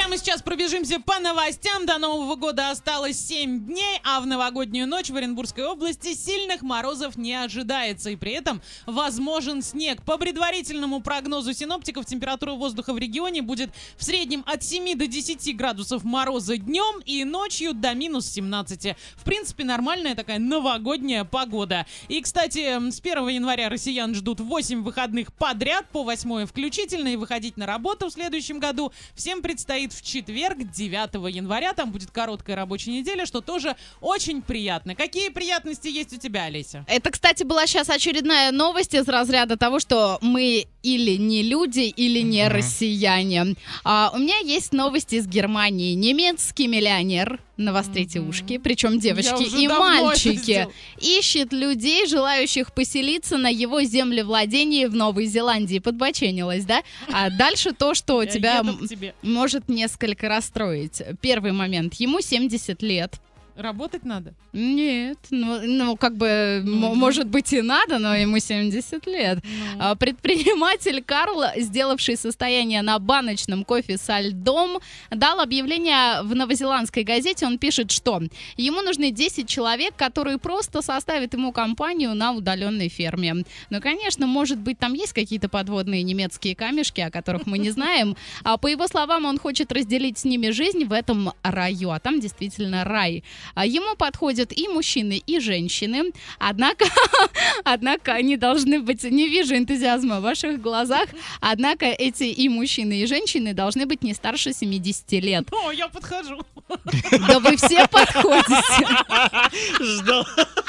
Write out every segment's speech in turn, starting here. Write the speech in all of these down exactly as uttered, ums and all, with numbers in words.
прямо сейчас пробежимся по новостям. До Нового года осталось семь дней, а в новогоднюю ночь в Оренбургской области сильных морозов не ожидается. И при этом возможен снег. По предварительному прогнозу синоптиков, температура воздуха в регионе будет в среднем от семи до десяти градусов мороза днем и ночью до минус семнадцати. В принципе, нормальная такая новогодняя погода. И, кстати, с первого января россиян ждут восемь выходных подряд, по восьмое включительно, и выходить на работу в следующем году всем предстоит в четверг, девятого января. Там будет короткая рабочая неделя, что тоже очень приятно. Какие приятности есть у тебя, Олеся? Это, кстати, была сейчас очередная новость из разряда того, что мы или не люди, или не mm-hmm. россияне. А, у меня есть новости из Германии. Немецкий миллионер, навострите mm-hmm. ушки, причем девочки и мальчики, ищет людей, желающих поселиться на его землевладении в Новой Зеландии. Подбоченилась, да? А дальше то, что тебя может несколько расстроить. Первый момент. Ему семьдесят лет. Работать надо? Нет, ну, ну как бы, ну, м- может быть и надо, но ему семьдесят лет. Ну. А, предприниматель Карл, сделавший состояние на баночном кофе со льдом, дал объявление в новозеландской газете. Он пишет, что ему нужны десять человек, которые просто составят ему компанию на удаленной ферме. Ну, конечно, может быть, там есть какие-то подводные немецкие камешки, о которых мы не знаем. А по его словам, он хочет разделить с ними жизнь в этом раю. А там действительно рай. Ему подходят и мужчины, и женщины. Однако, однако они должны быть... Не вижу энтузиазма в ваших глазах. Однако эти и мужчины, и женщины должны быть не старше семидесяти лет. О, я подхожу. Да вы все подходите. Ждал.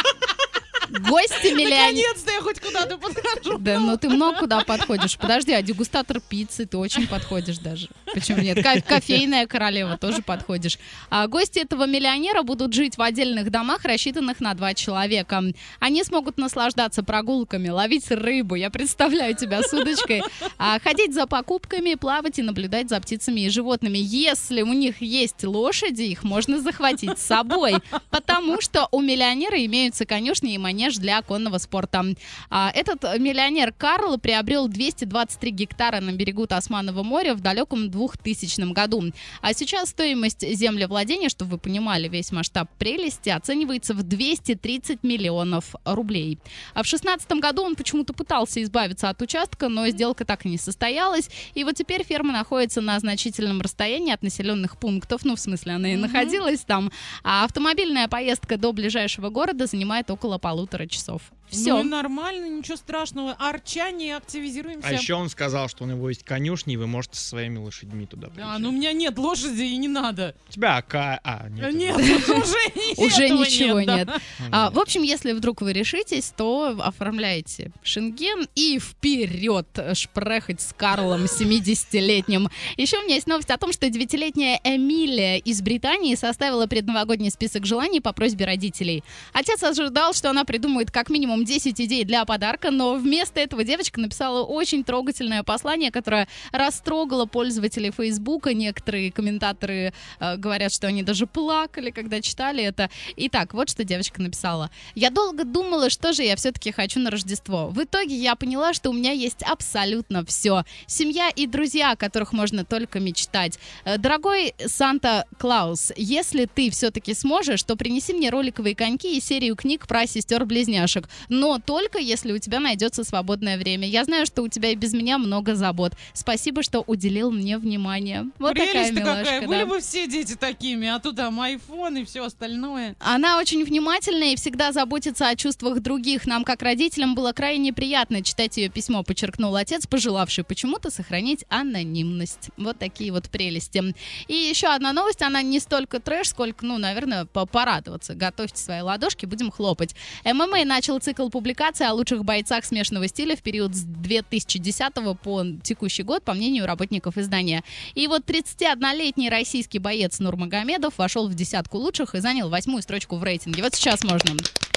Гости миллионеры. Наконец-то я хоть куда-то подхожу. Да, ну ты много куда подходишь. Подожди, а дегустатор пиццы ты очень подходишь даже. Почему нет? Ко- кофейная королева тоже подходишь. А гости этого миллионера будут жить в отдельных домах, рассчитанных на два человека. Они смогут наслаждаться прогулками, ловить рыбу, я представляю тебя с удочкой, а, ходить за покупками, плавать и наблюдать за птицами и животными. Если у них есть лошади, их можно захватить с собой, потому что у миллионера имеются конюшни и манежи для конного спорта. А, этот миллионер Карл приобрел двести двадцать три гектара на берегу Тасманового моря в далеком двухтысячном году. А сейчас стоимость землевладения, чтобы вы понимали весь масштаб прелести, оценивается в двести тридцать миллионов рублей. А в шестнадцатом году он почему-то пытался избавиться от участка, но сделка так и не состоялась. И вот теперь ферма находится на значительном расстоянии от населенных пунктов. Ну, в смысле, она и mm-hmm. находилась там. А автомобильная поездка до ближайшего города занимает около полутора часов. Все. Ну и нормально, ничего страшного. Арчане, активизируемся. А еще он сказал, что у него есть конюшни, и вы можете со своими лошадьми туда приезжать. Да, но у меня нет лошади и не надо. У тебя АК... А, нет. Нет, уже Уже ничего нет. В общем, если вдруг вы решитесь, то оформляйте шенген и вперед шпрехать с Карлом семидесятилетним. Еще у меня есть новость о том, что девятилетняя Эмилия из Британии составила предновогодний список желаний по просьбе родителей. Отец ожидал, что она придумает как минимум десять идей для подарка, но вместо этого девочка написала очень трогательное послание, которое растрогало пользователей Фейсбука. Некоторые комментаторы э, говорят, что они даже плакали, когда читали это. Итак, вот что девочка написала. «Я долго думала, что же я все-таки хочу на Рождество. В итоге я поняла, что у меня есть абсолютно все. Семья и друзья, о которых можно только мечтать. Дорогой Санта-Клаус, если ты все-таки сможешь, то принеси мне роликовые коньки и серию книг про сестер-близняшек. Но только если у тебя найдется свободное время. Я знаю, что у тебя и без меня много забот. Спасибо, что уделил мне внимание». Вот такая милашка, какая. Да. Были бы все дети такими, а тут там айфон и все остальное. Она очень внимательная и всегда заботится о чувствах других. Нам, как родителям, было крайне приятно читать ее письмо, подчеркнул отец, пожелавший почему-то сохранить анонимность. Вот такие вот прелести. И еще одна новость, она не столько трэш, сколько, ну, наверное, порадоваться. Готовьте свои ладошки, будем хлопать. эм эм а начал цикл публикаций о лучших бойцах смешанного стиля в период с две тысячи десятого по текущий год, по мнению работников издания. И вот тридцатиоднолетний российский боец Нурмагомедов вошел в десятку лучших и занял восьмую строчку в рейтинге. Вот сейчас можно.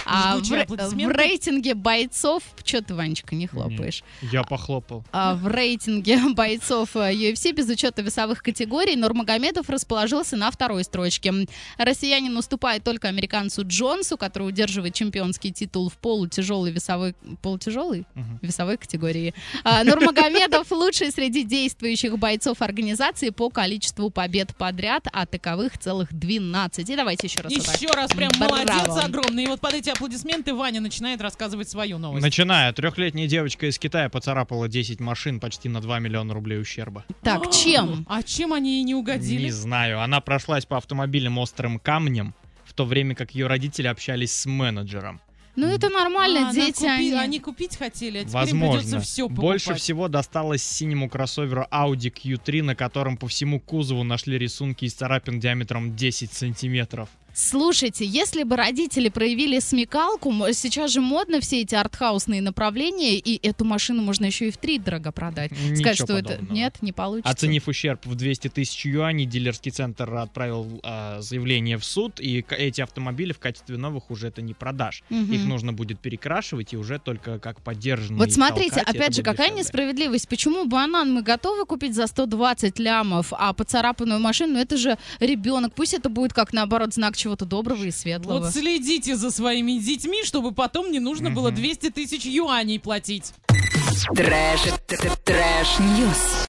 А в, Жгучие ре- аплодисменты. в рейтинге бойцов... Что ты, Ванечка, не хлопаешь? Я похлопал. А в рейтинге бойцов ю эф си без учета весовых категорий Нурмагомедов расположился на второй строчке. Россиянин уступает только американцу Джонсу, который удерживает чемпионский титул в полутяжелой весовой... Полутяжелой? Мгм. Весовой категории. А, Нурмагомедов лучший среди действующих бойцов организации по количеству побед подряд, а таковых целых двенадцать. И давайте еще раз. вот так. Еще раз прям Браво. молодец огромный. И вот под эти аплодисменты Ваня начинает рассказывать свою новость. Начиная. Трехлетняя девочка из Китая поцарапала десять машин, почти на два миллиона рублей ущерба. Так, чем? А чем они ей не угодили? Не знаю. Она прошлась по автомобилям острым камнем, в то время как ее родители общались с менеджером. Ну это нормально, А, она дети, купи- они... они купить хотели, а теперь им Возможно. придется все покупать. Больше всего досталось синему кроссоверу Audi кью три, на котором по всему кузову нашли рисунки из царапин диаметром десять сантиметров. Слушайте, если бы родители проявили смекалку, м- сейчас же модно все эти артхаусные направления, и эту машину можно еще и втридорого продать. Ничего Сказать, что это... подобного. Нет, не получится. Оценив ущерб в двести тысяч юаней, дилерский центр отправил а, заявление в суд, и к- эти автомобили в качестве новых уже это не продашь. Мгм. Их нужно будет перекрашивать, и уже только как поддержанные. Вот смотрите, толкать, и опять это же, будет какая дешевле. несправедливость. Почему банан мы готовы купить за сто двадцать лямов, а поцарапанную машину, это же ребенок. Пусть это будет как, наоборот, знак чего-то доброго и светлого. Вот следите за своими детьми, чтобы потом не нужно было Мгм. двести тысяч юаней платить. Трэш, трэш, трэш, ньюс.